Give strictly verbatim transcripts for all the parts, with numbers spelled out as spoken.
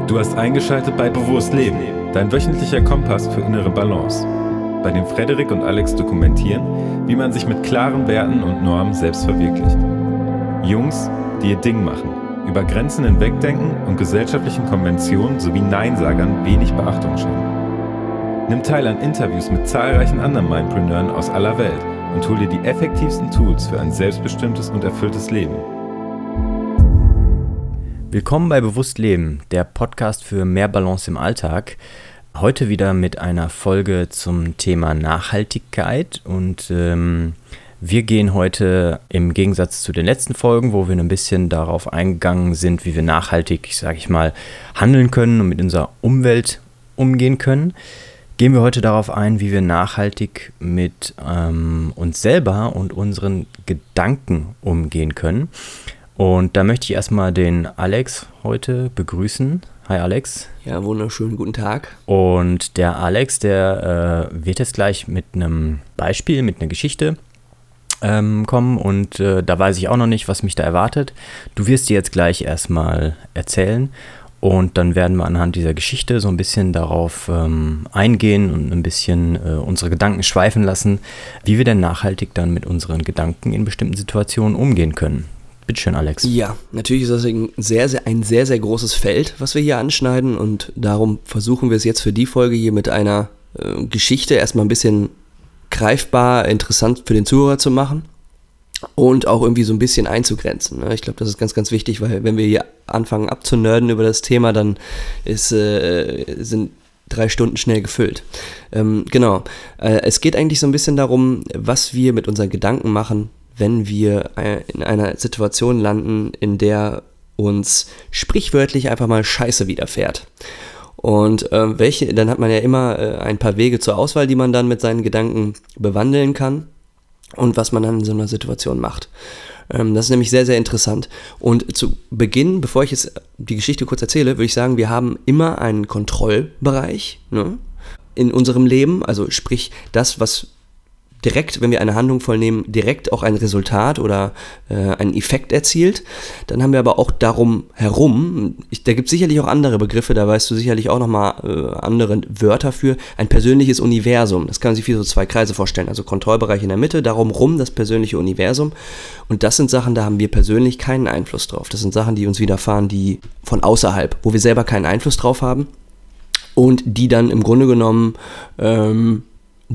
Du hast eingeschaltet bei Bewusst Leben, dein wöchentlicher Kompass für innere Balance, bei dem Frederik und Alex dokumentieren, wie man sich mit klaren Werten und Normen selbst verwirklicht. Jungs, die ihr Ding machen, über Grenzen hinwegdenken und gesellschaftlichen Konventionen sowie Neinsagern wenig Beachtung schenken. Nimm teil an Interviews mit zahlreichen anderen Mindpreneuren aus aller Welt und hol dir die effektivsten Tools für ein selbstbestimmtes und erfülltes Leben. Willkommen bei Bewusst Leben, der Podcast für mehr Balance im Alltag. Heute wieder mit einer Folge zum Thema Nachhaltigkeit und ähm, wir gehen heute im Gegensatz zu den letzten Folgen, wo wir ein bisschen darauf eingegangen sind, wie wir nachhaltig, sage ich mal, handeln können und mit unserer Umwelt umgehen können, gehen wir heute darauf ein, wie wir nachhaltig mit ähm, uns selber und unseren Gedanken umgehen können. Und da möchte ich erstmal den Alex heute begrüßen. Hi Alex. Ja, wunderschönen guten Tag. Und der Alex, der äh, wird jetzt gleich mit einem Beispiel, mit einer Geschichte ähm, kommen und äh, da weiß ich auch noch nicht, was mich da erwartet. Du wirst dir jetzt gleich erstmal erzählen und dann werden wir anhand dieser Geschichte so ein bisschen darauf ähm, eingehen und ein bisschen äh, unsere Gedanken schweifen lassen, wie wir denn nachhaltig dann mit unseren Gedanken in bestimmten Situationen umgehen können. Bitteschön, Alex. Ja, natürlich ist das ein sehr, sehr, ein sehr, sehr großes Feld, was wir hier anschneiden und darum versuchen wir es jetzt für die Folge hier mit einer äh, Geschichte erstmal ein bisschen greifbar, interessant für den Zuhörer zu machen und auch irgendwie so ein bisschen einzugrenzen. Ne? Ich glaube, das ist ganz, ganz wichtig, weil wenn wir hier anfangen abzunörden über das Thema, dann ist, äh, sind drei Stunden schnell gefüllt. Ähm, genau. Äh, es geht eigentlich so ein bisschen darum, was wir mit unseren Gedanken machen, wenn wir in einer Situation landen, in der uns sprichwörtlich einfach mal Scheiße widerfährt. Und äh, welche, dann hat man ja immer äh, ein paar Wege zur Auswahl, die man dann mit seinen Gedanken bewandeln kann und was man dann in so einer Situation macht. Ähm, das ist nämlich sehr, sehr interessant. Und zu Beginn, bevor ich jetzt die Geschichte kurz erzähle, würde ich sagen, wir haben immer einen Kontrollbereich, ne, in unserem Leben, also sprich das, was direkt, wenn wir eine Handlung vollnehmen, direkt auch ein Resultat oder äh, einen Effekt erzielt. Dann haben wir aber auch darum herum, ich, da gibt es sicherlich auch andere Begriffe, da weißt du sicherlich auch nochmal äh, andere Wörter für, ein persönliches Universum. Das kann man sich wie so zwei Kreise vorstellen, also Kontrollbereich in der Mitte, darum rum das persönliche Universum. Und das sind Sachen, da haben wir persönlich keinen Einfluss drauf. Das sind Sachen, die uns widerfahren, die von außerhalb, wo wir selber keinen Einfluss drauf haben und die dann im Grunde genommen ähm,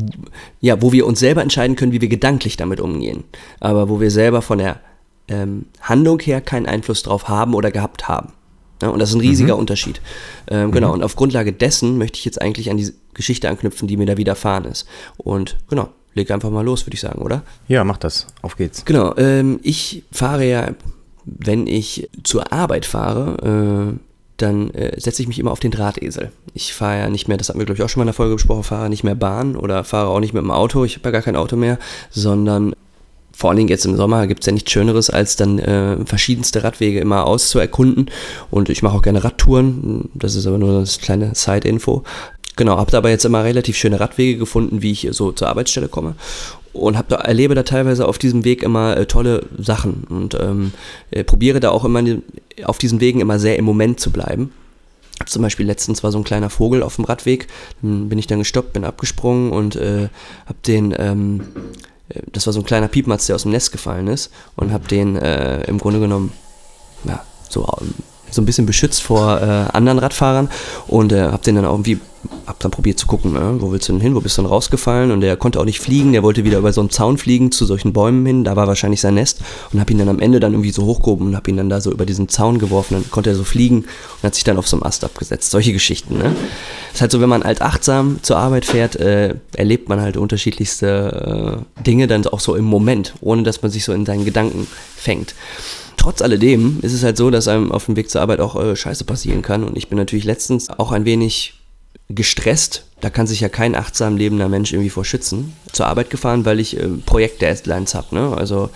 ja, wo wir uns selber entscheiden können, wie wir gedanklich damit umgehen, aber wo wir selber von der ähm, Handlung her keinen Einfluss drauf haben oder gehabt haben. Ja, und das ist ein riesiger mhm. Unterschied. Ähm, mhm. Genau, und auf Grundlage dessen möchte ich jetzt eigentlich an die Geschichte anknüpfen, die mir da widerfahren ist. Und genau, leg einfach mal los, würde ich sagen, oder? Ja, mach das. Auf geht's. Genau, ähm, ich fahre ja, wenn ich zur Arbeit fahre, äh, dann äh, setze ich mich immer auf den Drahtesel. Ich fahre ja nicht mehr, das hatten wir glaube ich auch schon mal in der Folge besprochen, fahre nicht mehr Bahn oder fahre auch nicht mit dem Auto, ich habe ja gar kein Auto mehr, sondern vor allen Dingen jetzt im Sommer gibt es ja nichts Schöneres, als dann äh, verschiedenste Radwege immer auszuerkunden und ich mache auch gerne Radtouren, das ist aber nur eine kleine Side-Info. Genau, habe da aber jetzt immer relativ schöne Radwege gefunden, wie ich so zur Arbeitsstelle komme. Und hab da, erlebe da teilweise auf diesem Weg immer äh, tolle Sachen und ähm, äh, probiere da auch immer die, auf diesen Wegen immer sehr im Moment zu bleiben. Zum Beispiel letztens war so ein kleiner Vogel auf dem Radweg, dann bin ich dann gestoppt, bin abgesprungen und äh, hab den, ähm, das war so ein kleiner Piepmatz, der aus dem Nest gefallen ist und hab den äh, im Grunde genommen, ja, so, so ein bisschen beschützt vor äh, anderen Radfahrern und äh, hab den dann auch irgendwie hab dann probiert zu gucken, ne? Wo willst du denn hin, wo bist du denn rausgefallen und der konnte auch nicht fliegen, der wollte wieder über so einen Zaun fliegen zu solchen Bäumen hin, da war wahrscheinlich sein Nest und hab ihn dann am Ende dann irgendwie so hochgehoben und hab ihn dann da so über diesen Zaun geworfen, dann konnte er so fliegen und hat sich dann auf so einem Ast abgesetzt, solche Geschichten, ne? Das ist halt so, wenn man halt achtsam zur Arbeit fährt, äh, erlebt man halt unterschiedlichste äh, Dinge dann auch so im Moment, ohne dass man sich so in seinen Gedanken fängt. Trotz alledem ist es halt so, dass einem auf dem Weg zur Arbeit auch äh, Scheiße passieren kann und ich bin natürlich letztens auch ein wenig gestresst, da kann sich ja kein achtsam lebender Mensch irgendwie vor schützen, zur Arbeit gefahren, weil ich äh, Projekt-Deadlines habe, ne? Also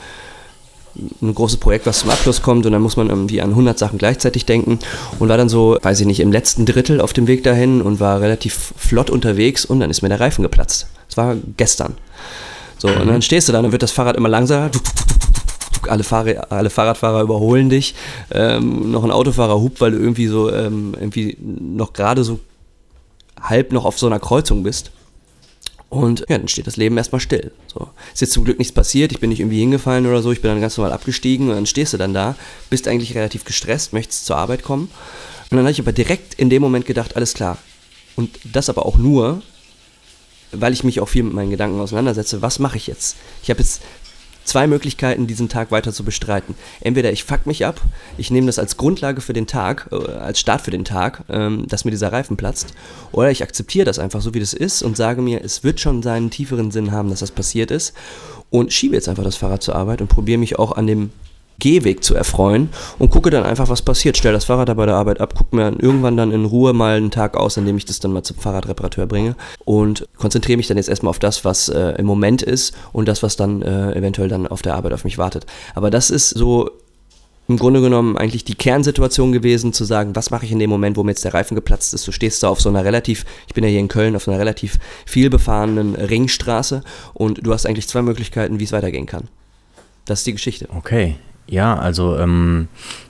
ein großes Projekt, was zum Abschluss kommt und dann muss man irgendwie an hundert Sachen gleichzeitig denken und war dann so, weiß ich nicht, im letzten Drittel auf dem Weg dahin und war relativ flott unterwegs und dann ist mir der Reifen geplatzt. Das war gestern. So, und dann stehst du da und dann wird das Fahrrad immer langsamer alle, Fahr- alle Fahrradfahrer überholen dich, ähm, noch ein Autofahrer hupt, weil du irgendwie so ähm, irgendwie noch gerade so halb noch auf so einer Kreuzung bist. Und ja, dann steht das Leben erstmal still. So. Ist jetzt zum Glück nichts passiert, ich bin nicht irgendwie hingefallen oder so, ich bin dann ganz normal abgestiegen und dann stehst du dann da, bist eigentlich relativ gestresst, möchtest zur Arbeit kommen. Und dann habe ich aber direkt in dem Moment gedacht, alles klar. Und das aber auch nur, weil ich mich auch viel mit meinen Gedanken auseinandersetze, was mache ich jetzt? Ich habe jetzt zwei Möglichkeiten, diesen Tag weiter zu bestreiten. Entweder ich fuck mich ab, ich nehme das als Grundlage für den Tag, äh, als Start für den Tag, ähm, dass mir dieser Reifen platzt, oder ich akzeptiere das einfach so, wie das ist und sage mir, es wird schon seinen tieferen Sinn haben, dass das passiert ist und schiebe jetzt einfach das Fahrrad zur Arbeit und probiere mich auch an dem Gehweg zu erfreuen und gucke dann einfach, was passiert. Stell das Fahrrad da bei der Arbeit ab, gucke mir irgendwann dann in Ruhe mal einen Tag aus, an dem ich das dann mal zum Fahrradreparateur bringe und konzentriere mich dann jetzt erstmal auf das, was äh, im Moment ist und das, was dann äh, eventuell dann auf der Arbeit auf mich wartet. Aber das ist so im Grunde genommen eigentlich die Kernsituation gewesen, zu sagen, was mache ich in dem Moment, wo mir jetzt der Reifen geplatzt ist. Du stehst da auf so einer relativ, ich bin ja hier in Köln, auf so einer relativ viel befahrenen Ringstraße und du hast eigentlich zwei Möglichkeiten, wie es weitergehen kann. Das ist die Geschichte. Okay. Ja, also ähm,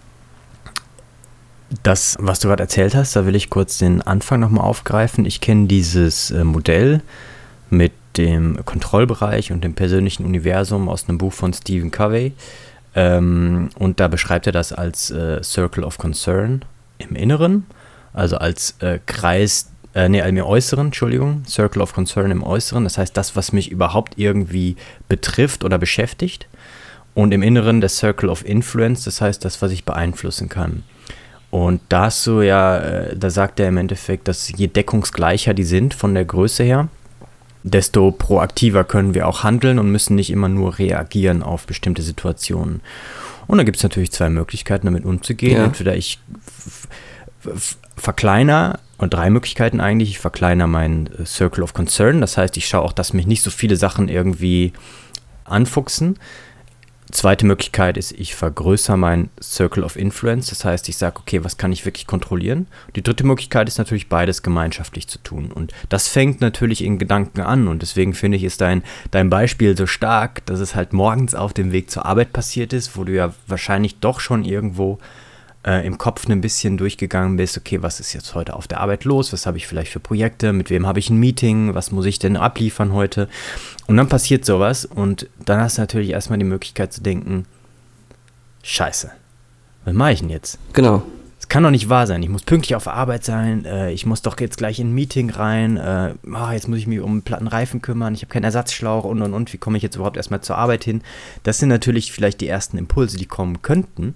das, was du gerade erzählt hast, da will ich kurz den Anfang nochmal aufgreifen. Ich kenne dieses äh, Modell mit dem Kontrollbereich und dem persönlichen Universum aus einem Buch von Stephen Covey. Ähm, und da beschreibt er das als äh, Circle of Concern im Inneren, also als äh, Kreis, äh, nee, im Äußeren, Entschuldigung, Circle of Concern im Äußeren. Das heißt, das, was mich überhaupt irgendwie betrifft oder beschäftigt. Und im Inneren der Circle of Influence, das heißt das, was ich beeinflussen kann. Und da hast du ja, da sagt er im Endeffekt, dass je deckungsgleicher die sind von der Größe her, desto proaktiver können wir auch handeln und müssen nicht immer nur reagieren auf bestimmte Situationen. Und da gibt es natürlich zwei Möglichkeiten, damit umzugehen. Ja. Entweder ich f- f- verkleiner, und drei Möglichkeiten eigentlich, ich verkleiner meinen Circle of Concern, das heißt, ich schaue auch, dass mich nicht so viele Sachen irgendwie anfuchsen. Zweite Möglichkeit ist, ich vergrößere meinen Circle of Influence, das heißt, ich sage, okay, was kann ich wirklich kontrollieren? Die dritte Möglichkeit ist natürlich, beides gemeinschaftlich zu tun und das fängt natürlich in Gedanken an und deswegen finde ich, ist dein, dein Beispiel so stark, dass es halt morgens auf dem Weg zur Arbeit passiert ist, wo du ja wahrscheinlich doch schon irgendwo äh, im Kopf ein bisschen durchgegangen bist, okay, was ist jetzt heute auf der Arbeit los, was habe ich vielleicht für Projekte, mit wem habe ich ein Meeting, was muss ich denn abliefern heute? Und dann passiert sowas und dann hast du natürlich erstmal die Möglichkeit zu denken, scheiße, was mache ich denn jetzt? Genau. Es kann doch nicht wahr sein, ich muss pünktlich auf Arbeit sein, äh, ich muss doch jetzt gleich in ein Meeting rein, äh, oh, jetzt muss ich mich um einen platten Reifen kümmern, ich habe keinen Ersatzschlauch und und und, wie komme ich jetzt überhaupt erstmal zur Arbeit hin? Das sind natürlich vielleicht die ersten Impulse, die kommen könnten.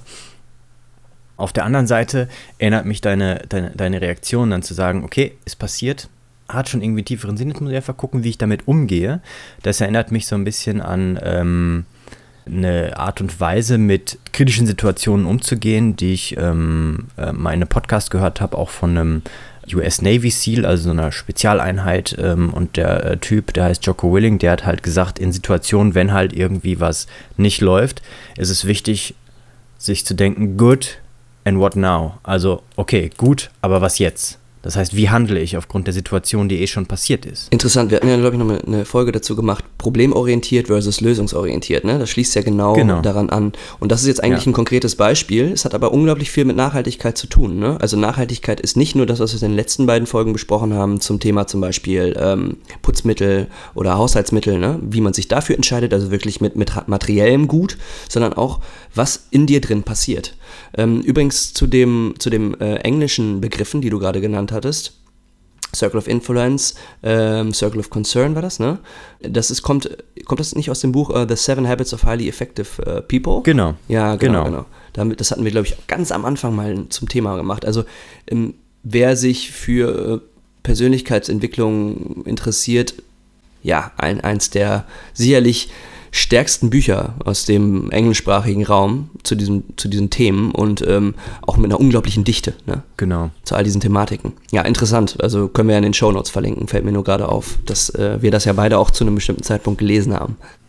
Auf der anderen Seite erinnert mich deine, deine, deine Reaktion dann zu sagen, okay, ist passiert, hat schon irgendwie tieferen Sinn, jetzt muss ich einfach gucken, wie ich damit umgehe. Das erinnert mich so ein bisschen an ähm, eine Art und Weise, mit kritischen Situationen umzugehen, die ich ähm, äh, mal in einem Podcast gehört habe, auch von einem U S Navy SEAL, also so einer Spezialeinheit, ähm, und der äh, Typ, der heißt Jocko Willing, der hat halt gesagt, in Situationen, wenn halt irgendwie was nicht läuft, ist es wichtig, sich zu denken, good, and what now? Also, okay, gut, aber was jetzt? Das heißt, wie handle ich aufgrund der Situation, die eh schon passiert ist? Interessant, wir hatten ja, glaube ich, noch eine Folge dazu gemacht, problemorientiert versus lösungsorientiert, ne? Das schließt ja genau, genau. daran an. Und das ist jetzt eigentlich ja. ein konkretes Beispiel, es hat aber unglaublich viel mit Nachhaltigkeit zu tun, ne? Also Nachhaltigkeit ist nicht nur das, was wir in den letzten beiden Folgen besprochen haben, zum Thema zum Beispiel ähm, Putzmittel oder Haushaltsmittel, ne? Wie man sich dafür entscheidet, also wirklich mit, mit materiellem Gut, sondern auch, was in dir drin passiert. Ähm, übrigens zu dem, zu dem äh, englischen Begriffen, die du gerade genannt hattest, Circle of Influence, ähm, Circle of Concern war das, ne? Das ist, kommt, kommt das nicht aus dem Buch uh, The Seven Habits of Highly Effective uh, People? Genau. Ja, genau, genau. genau. Damit, das hatten wir, glaube ich, ganz am Anfang mal zum Thema gemacht. Also ähm, wer sich für äh, Persönlichkeitsentwicklung interessiert, ja, ein, eins der sicherlich stärksten Bücher aus dem englischsprachigen Raum zu diesem, zu diesen Themen und ähm, auch mit einer unglaublichen Dichte, ne? Genau. Zu all diesen Thematiken. Ja, interessant. Also können wir ja in den Shownotes verlinken, fällt mir nur gerade auf, dass äh, wir das ja beide auch zu einem bestimmten Zeitpunkt gelesen haben.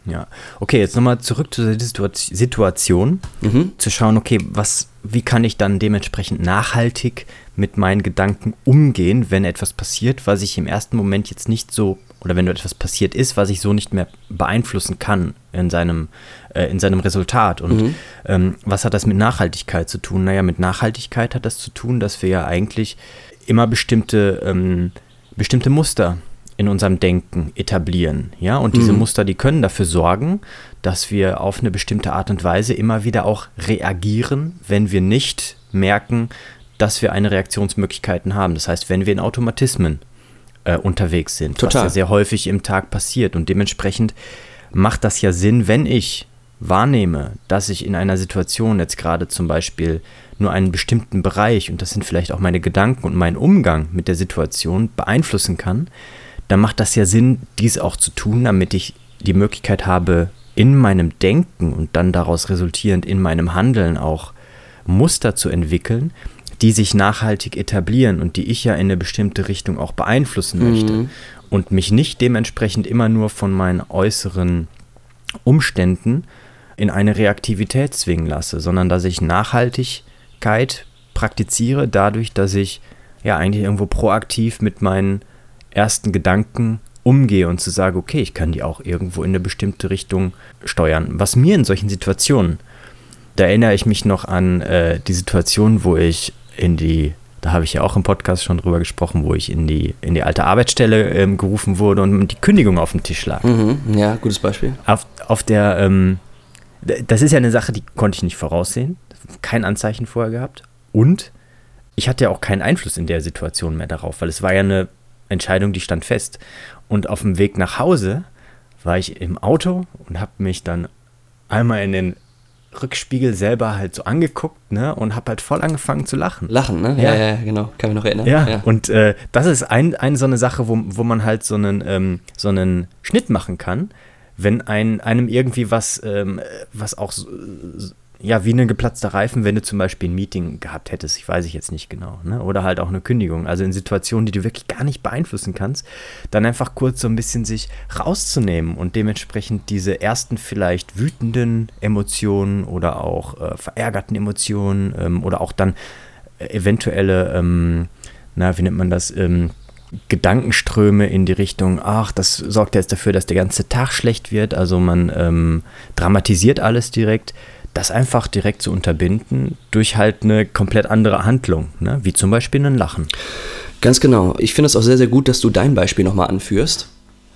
Ja, okay, jetzt nochmal zurück zu der Situation, mhm. zu schauen, okay, was, wie kann ich dann dementsprechend nachhaltig mit meinen Gedanken umgehen, wenn etwas passiert, was ich im ersten Moment jetzt nicht so, oder wenn etwas passiert ist, was ich so nicht mehr beeinflussen kann in seinem, äh, in seinem Resultat. Und mhm. ähm, was hat das mit Nachhaltigkeit zu tun? Naja, mit Nachhaltigkeit hat das zu tun, dass wir ja eigentlich immer bestimmte, ähm, bestimmte Muster in unserem Denken etablieren, ja, und diese mhm. Muster, die können dafür sorgen, dass wir auf eine bestimmte Art und Weise immer wieder auch reagieren, wenn wir nicht merken, dass wir eine Reaktionsmöglichkeiten haben. Das heißt, wenn wir in Automatismen äh, unterwegs sind, Total. was ja sehr häufig im Tag passiert, und dementsprechend macht das ja Sinn, wenn ich wahrnehme, dass ich in einer Situation jetzt gerade zum Beispiel nur einen bestimmten Bereich, und das sind vielleicht auch meine Gedanken und mein Umgang mit der Situation, beeinflussen kann, dann macht das ja Sinn, dies auch zu tun, damit ich die Möglichkeit habe, in meinem Denken und dann daraus resultierend in meinem Handeln auch Muster zu entwickeln, die sich nachhaltig etablieren und die ich ja in eine bestimmte Richtung auch beeinflussen mhm. möchte und mich nicht dementsprechend immer nur von meinen äußeren Umständen in eine Reaktivität zwingen lasse, sondern dass ich Nachhaltigkeit praktiziere dadurch, dass ich ja eigentlich irgendwo proaktiv mit meinen ersten Gedanken umgehe und zu sagen, okay, ich kann die auch irgendwo in eine bestimmte Richtung steuern. Was mir in solchen Situationen, da erinnere ich mich noch an äh, die Situation, wo ich in die, da habe ich ja auch im Podcast schon drüber gesprochen, wo ich in die, in die alte Arbeitsstelle ähm, gerufen wurde und die Kündigung auf dem Tisch lag. Mhm, ja, gutes Beispiel. Auf, auf der, ähm, das ist ja eine Sache, die konnte ich nicht voraussehen, kein Anzeichen vorher gehabt, und ich hatte ja auch keinen Einfluss in der Situation mehr darauf, weil es war ja eine Entscheidung, die stand fest. Und auf dem Weg nach Hause war ich im Auto und habe mich dann einmal in den Rückspiegel selber halt so angeguckt, ne, und habe halt voll angefangen zu lachen. Lachen, ne? Ja, ja, ja, genau. Kann mich noch erinnern. Ja, ja. Und äh, das ist ein, ein, so eine Sache, wo, wo man halt so einen, ähm, so einen Schnitt machen kann, wenn ein, einem irgendwie was, ähm, was auch so, ja, wie ein geplatzter Reifen, wenn du zum Beispiel ein Meeting gehabt hättest, ich weiß ich jetzt nicht genau, ne? Oder halt auch eine Kündigung, also in Situationen, die du wirklich gar nicht beeinflussen kannst, dann einfach kurz so ein bisschen sich rauszunehmen und dementsprechend diese ersten vielleicht wütenden Emotionen oder auch äh, verärgerten Emotionen ähm, oder auch dann eventuelle, ähm, na, wie nennt man das, ähm, Gedankenströme in die Richtung, ach, das sorgt jetzt dafür, dass der ganze Tag schlecht wird, also man ähm, dramatisiert alles direkt, das einfach direkt zu unterbinden durch halt eine komplett andere Handlung, ne? Wie zum Beispiel ein Lachen. Ganz genau. Ich finde es auch sehr, sehr gut, dass du dein Beispiel nochmal anführst,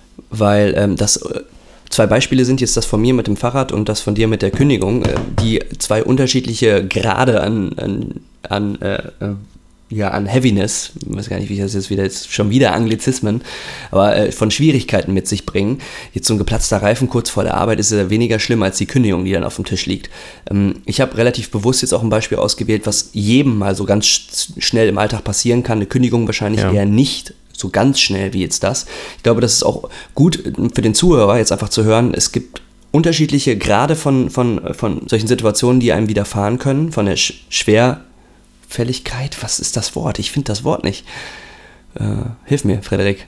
weil ähm, das äh, zwei Beispiele sind jetzt das von mir mit dem Fahrrad und das von dir mit der Kündigung, äh, die zwei unterschiedliche Grade an, an, an äh, äh, ja, an Heaviness, ich weiß gar nicht, wie ich das jetzt wieder, jetzt schon wieder Anglizismen, aber äh, von Schwierigkeiten mit sich bringen. Jetzt so ein geplatzter Reifen kurz vor der Arbeit ist ja weniger schlimm als die Kündigung, die dann auf dem Tisch liegt. Ähm, ich habe relativ bewusst jetzt auch ein Beispiel ausgewählt, was jedem mal so ganz sch- schnell im Alltag passieren kann. Eine Kündigung wahrscheinlich ja. eher nicht so ganz schnell wie jetzt das. Ich glaube, das ist auch gut für den Zuhörer, jetzt einfach zu hören, es gibt unterschiedliche Grade von, von, von solchen Situationen, die einem widerfahren können, von der sch- schwer Fälligkeit, was ist das Wort? Ich finde das Wort nicht. Äh, hilf mir, Frederik.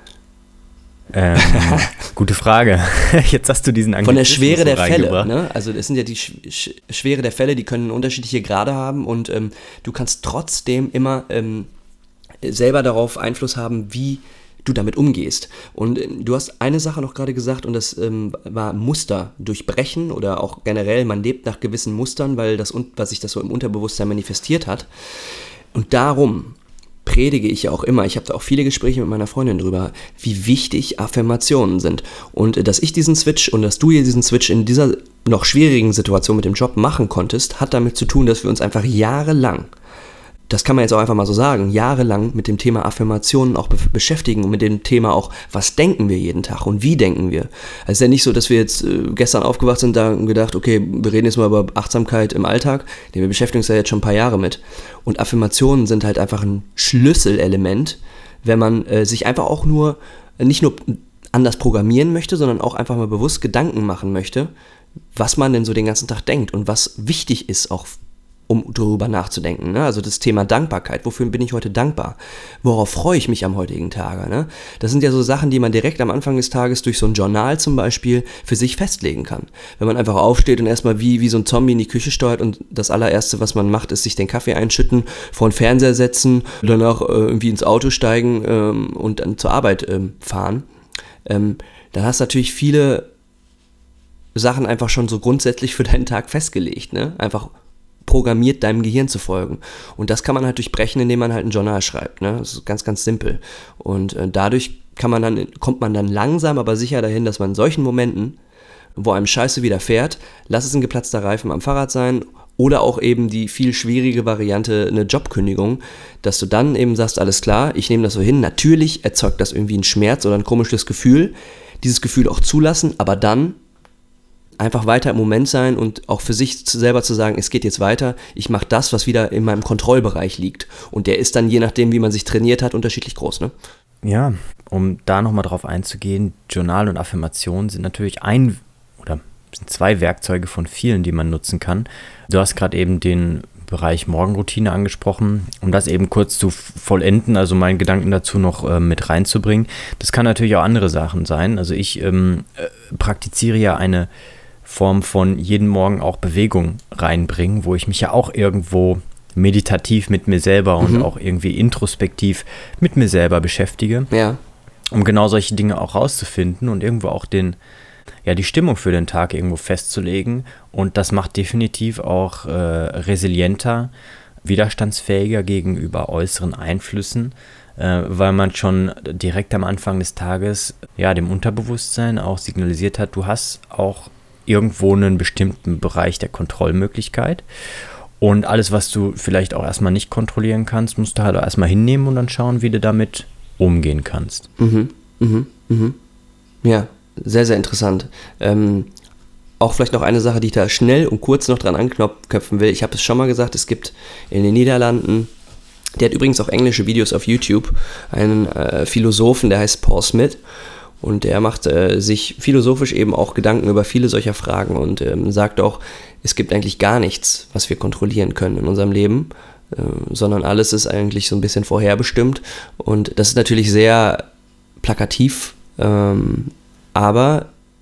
Ähm, gute Frage. Jetzt hast du diesen Anglizismus Von der Schwere so der Fälle. Ne? Also das sind ja die Sch- Sch- Schwere der Fälle, die können unterschiedliche Grade haben und ähm, du kannst trotzdem immer ähm, selber darauf Einfluss haben, wie du damit umgehst. Und äh, du hast eine Sache noch gerade gesagt und das ähm, war Muster durchbrechen oder auch generell, man lebt nach gewissen Mustern, weil das, was sich das so im Unterbewusstsein manifestiert hat. Und darum predige ich ja auch immer, ich habe da auch viele Gespräche mit meiner Freundin drüber, wie wichtig Affirmationen sind. Und äh, dass ich diesen Switch und dass du hier diesen Switch in dieser noch schwierigen Situation mit dem Job machen konntest, hat damit zu tun, dass wir uns einfach jahrelang, das kann man jetzt auch einfach mal so sagen, jahrelang mit dem Thema Affirmationen auch be- beschäftigen und mit dem Thema auch, was denken wir jeden Tag und wie denken wir. Also es ist ja nicht so, dass wir jetzt äh, gestern aufgewacht sind da und gedacht, okay, wir reden jetzt mal über Achtsamkeit im Alltag, denn wir beschäftigen uns ja jetzt schon ein paar Jahre mit. Und Affirmationen sind halt einfach ein Schlüsselelement, wenn man äh, sich einfach auch nur, äh, nicht nur anders programmieren möchte, sondern auch einfach mal bewusst Gedanken machen möchte, was man denn so den ganzen Tag denkt und was wichtig ist auch um darüber nachzudenken. Ne? Also das Thema Dankbarkeit. Wofür bin ich heute dankbar? Worauf freue ich mich am heutigen Tage? Ne? Das sind ja so Sachen, die man direkt am Anfang des Tages durch so ein Journal zum Beispiel für sich festlegen kann. Wenn man einfach aufsteht und erstmal wie, wie so ein Zombie in die Küche steuert und das allererste, was man macht, ist sich den Kaffee einschütten, vor den Fernseher setzen, danach äh, irgendwie ins Auto steigen ähm, und dann zur Arbeit ähm, fahren. Ähm, dann hast du natürlich viele Sachen einfach schon so grundsätzlich für deinen Tag festgelegt. Ne? Einfach programmiert, deinem Gehirn zu folgen. Und das kann man halt durchbrechen, indem man halt ein Journal schreibt. Ne? Das ist ganz, ganz simpel. Und äh, dadurch kann man dann, kommt man dann langsam, aber sicher dahin, dass man in solchen Momenten, wo einem Scheiße widerfährt, lass es ein geplatzter Reifen am Fahrrad sein oder auch eben die viel schwierige Variante, eine Jobkündigung, dass du dann eben sagst, alles klar, ich nehme das so hin. Natürlich erzeugt das irgendwie einen Schmerz oder ein komisches Gefühl. Dieses Gefühl auch zulassen, aber dann einfach weiter im Moment sein und auch für sich selber zu sagen, es geht jetzt weiter, ich mache das, was wieder in meinem Kontrollbereich liegt. Und der ist dann, je nachdem, wie man sich trainiert hat, unterschiedlich groß, ne? Ja, um da nochmal drauf einzugehen, Journal und Affirmation sind natürlich ein oder sind zwei Werkzeuge von vielen, die man nutzen kann. Du hast gerade eben den Bereich Morgenroutine angesprochen, um das eben kurz zu vollenden, also meinen Gedanken dazu noch äh, mit reinzubringen. Das kann natürlich auch andere Sachen sein. Also ich ähm, äh, praktiziere ja eine Form von jeden Morgen auch Bewegung reinbringen, wo ich mich ja auch irgendwo meditativ mit mir selber und mhm. auch irgendwie introspektiv mit mir selber beschäftige, ja. um genau solche Dinge auch rauszufinden und irgendwo auch den, ja, die Stimmung für den Tag irgendwo festzulegen. Und das macht definitiv auch äh, resilienter, widerstandsfähiger gegenüber äußeren Einflüssen, äh, weil man schon direkt am Anfang des Tages ja dem Unterbewusstsein auch signalisiert hat, du hast auch irgendwo einen bestimmten Bereich der Kontrollmöglichkeit. Und alles, was du vielleicht auch erstmal nicht kontrollieren kannst, musst du halt auch erstmal hinnehmen und dann schauen, wie du damit umgehen kannst. Mhm, mhm, mhm. Ja, sehr, sehr interessant. Ähm, auch vielleicht noch eine Sache, die ich da schnell und kurz noch dran anknüpfen will. Ich habe es schon mal gesagt, es gibt in den Niederlanden, der hat übrigens auch englische Videos auf YouTube, einen äh, Philosophen, der heißt Paul Smith. Und er macht äh, sich philosophisch eben auch Gedanken über viele solcher Fragen und ähm, sagt auch, es gibt eigentlich gar nichts, was wir kontrollieren können in unserem Leben, äh, sondern alles ist eigentlich so ein bisschen vorherbestimmt. Und das ist natürlich sehr plakativ, ähm, aber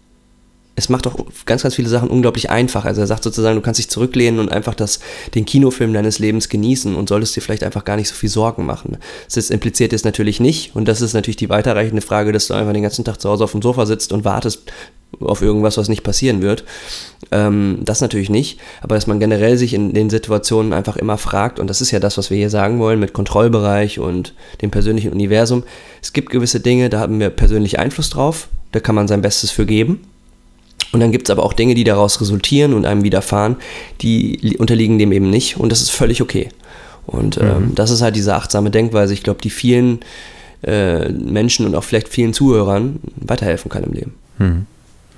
es macht auch ganz, ganz viele Sachen unglaublich einfach. Also er sagt sozusagen, du kannst dich zurücklehnen und einfach das, den Kinofilm deines Lebens genießen und solltest dir vielleicht einfach gar nicht so viel Sorgen machen. Das impliziert es natürlich nicht und das ist natürlich die weiterreichende Frage, dass du einfach den ganzen Tag zu Hause auf dem Sofa sitzt und wartest auf irgendwas, was nicht passieren wird. Ähm, das natürlich nicht, aber dass man generell sich in den Situationen einfach immer fragt, und das ist ja das, was wir hier sagen wollen mit Kontrollbereich und dem persönlichen Universum. Es gibt gewisse Dinge, da haben wir persönlich Einfluss drauf, da kann man sein Bestes für geben. Und dann gibt es aber auch Dinge, die daraus resultieren und einem widerfahren, die unterliegen dem eben nicht und das ist völlig okay. Und ähm, mhm. das ist halt diese achtsame Denkweise, ich glaube, die vielen äh, Menschen und auch vielleicht vielen Zuhörern weiterhelfen kann im Leben. Mhm.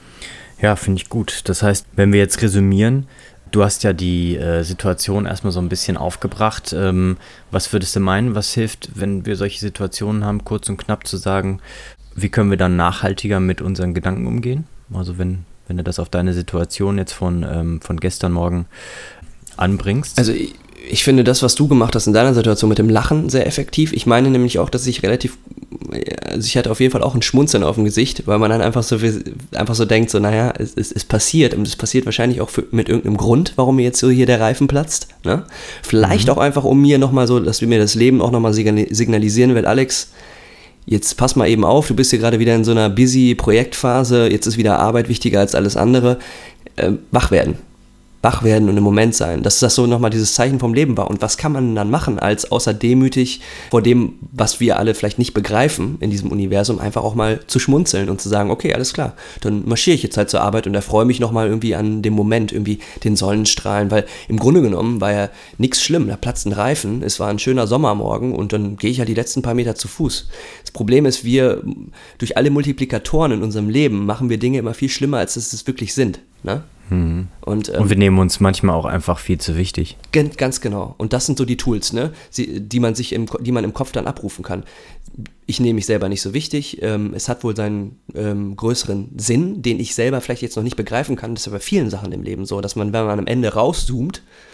Ja, finde ich gut. Das heißt, wenn wir jetzt resümieren, du hast ja die äh, Situation erstmal so ein bisschen aufgebracht. Ähm, was würdest du meinen, was hilft, wenn wir solche Situationen haben, kurz und knapp zu sagen, wie können wir dann nachhaltiger mit unseren Gedanken umgehen? Also wenn wenn du das auf deine Situation jetzt von, ähm, von gestern Morgen anbringst? Also ich, ich finde das, was du gemacht hast in deiner Situation mit dem Lachen, sehr effektiv. Ich meine nämlich auch, dass ich relativ, also ich hatte auf jeden Fall auch ein Schmunzeln auf dem Gesicht, weil man dann einfach so, einfach so denkt, so naja, es, es, es passiert und es passiert wahrscheinlich auch für, mit irgendeinem Grund, warum mir jetzt so hier der Reifen platzt. Ne? Vielleicht mhm. auch einfach um mir nochmal so, dass mir das Leben auch nochmal signalisieren will, Alex, jetzt pass mal eben auf, du bist hier gerade wieder in so einer busy Projektphase, jetzt ist wieder Arbeit wichtiger als alles andere. Äh, wach werden. Wach werden und im Moment sein. Dass das so nochmal dieses Zeichen vom Leben war. Und was kann man dann machen, als außer demütig vor dem, was wir alle vielleicht nicht begreifen in diesem Universum, einfach auch mal zu schmunzeln und zu sagen, okay, alles klar, dann marschiere ich jetzt halt zur Arbeit und erfreue mich nochmal irgendwie an dem Moment, irgendwie den Sonnenstrahlen, weil im Grunde genommen war ja nichts schlimm, da platzt ein Reifen, es war ein schöner Sommermorgen und dann gehe ich halt die letzten paar Meter zu Fuß. Das Problem ist, wir, durch alle Multiplikatoren in unserem Leben, machen wir Dinge immer viel schlimmer, als es wirklich sind, ne? Mhm. Und, ähm, und wir nehmen uns manchmal auch einfach viel zu wichtig. Ganz genau. Und das sind so die Tools, ne, Sie, die man sich im, die man im Kopf dann abrufen kann. Ich nehme mich selber nicht so wichtig. Ähm, es hat wohl seinen ähm, größeren Sinn, den ich selber vielleicht jetzt noch nicht begreifen kann. Das ist ja bei vielen Sachen im Leben so, dass man, wenn man am Ende rauszoomt,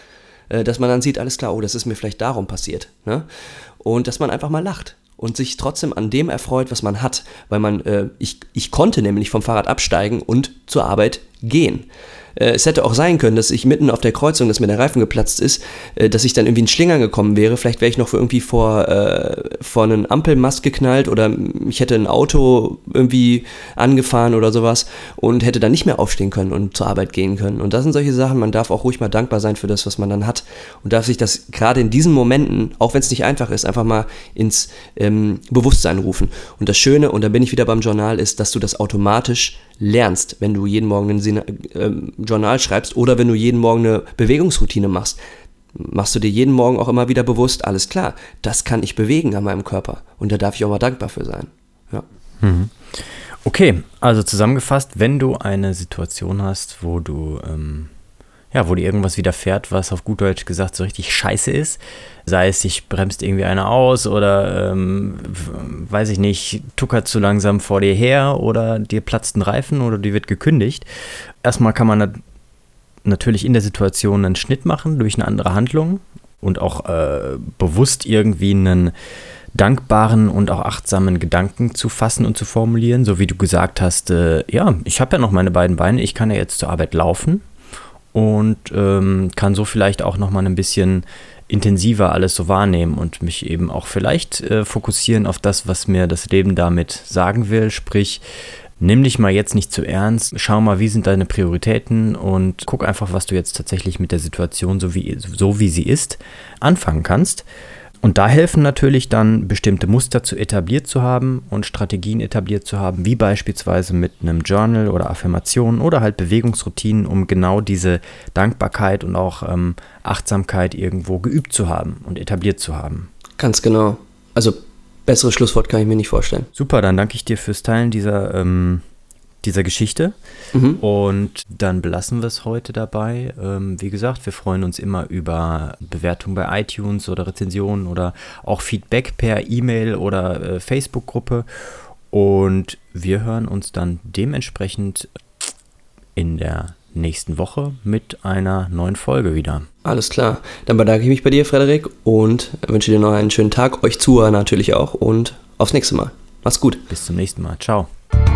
äh, dass man dann sieht, alles klar, oh, das ist mir vielleicht darum passiert. Ne? Und dass man einfach mal lacht und sich trotzdem an dem erfreut, was man hat. Weil man, äh, ich, ich konnte nämlich vom Fahrrad absteigen und zur Arbeit gehen. Es hätte auch sein können, dass ich mitten auf der Kreuzung, dass mir der Reifen geplatzt ist, dass ich dann irgendwie in Schlingern gekommen wäre. Vielleicht wäre ich noch irgendwie vor, äh, vor einen Ampelmast geknallt oder ich hätte ein Auto irgendwie angefahren oder sowas und hätte dann nicht mehr aufstehen können und zur Arbeit gehen können. Und das sind solche Sachen, man darf auch ruhig mal dankbar sein für das, was man dann hat und darf sich das gerade in diesen Momenten, auch wenn es nicht einfach ist, einfach mal ins ähm, Bewusstsein rufen. Und das Schöne, und da bin ich wieder beim Journal, ist, dass du das automatisch lernst, wenn du jeden Morgen ein Sin- äh, Journal schreibst oder wenn du jeden Morgen eine Bewegungsroutine machst. Machst du dir jeden Morgen auch immer wieder bewusst, alles klar, das kann ich bewegen an meinem Körper und da darf ich auch mal dankbar für sein. Ja. Mhm. Okay, also zusammengefasst, wenn du eine Situation hast, wo du ähm, ja, wo dir irgendwas widerfährt, was auf gut Deutsch gesagt so richtig scheiße ist, sei es, dich bremst irgendwie einer aus oder, ähm, weiß ich nicht, tuckert zu langsam vor dir her oder dir platzt ein Reifen oder dir wird gekündigt. Erstmal kann man nat- natürlich in der Situation einen Schnitt machen durch eine andere Handlung und auch äh, bewusst irgendwie einen dankbaren und auch achtsamen Gedanken zu fassen und zu formulieren, so wie du gesagt hast, äh, ja, ich habe ja noch meine beiden Beine, ich kann ja jetzt zur Arbeit laufen. Und ähm, kann so vielleicht auch nochmal ein bisschen intensiver alles so wahrnehmen und mich eben auch vielleicht äh, fokussieren auf das, was mir das Leben damit sagen will. Sprich, nimm dich mal jetzt nicht zu ernst, schau mal, wie sind deine Prioritäten und guck einfach, was du jetzt tatsächlich mit der Situation, so wie, so wie sie ist, anfangen kannst. Und da helfen natürlich dann, bestimmte Muster zu etabliert zu haben und Strategien etabliert zu haben, wie beispielsweise mit einem Journal oder Affirmationen oder halt Bewegungsroutinen, um genau diese Dankbarkeit und auch ähm, Achtsamkeit irgendwo geübt zu haben und etabliert zu haben. Ganz genau. Also besseres Schlusswort kann ich mir nicht vorstellen. Super, dann danke ich dir fürs Teilen dieser ähm, dieser Geschichte. Mhm. Und dann belassen wir es heute dabei. Ähm, wie gesagt, wir freuen uns immer über Bewertungen bei iTunes oder Rezensionen oder auch Feedback per E-Mail oder äh, Facebook-Gruppe. Und wir hören uns dann dementsprechend in der nächsten Woche mit einer neuen Folge wieder. Alles klar. Dann bedanke ich mich bei dir, Frederik, und wünsche dir noch einen schönen Tag. Euch Zuhörer natürlich auch und aufs nächste Mal. Mach's gut. Bis zum nächsten Mal. Ciao.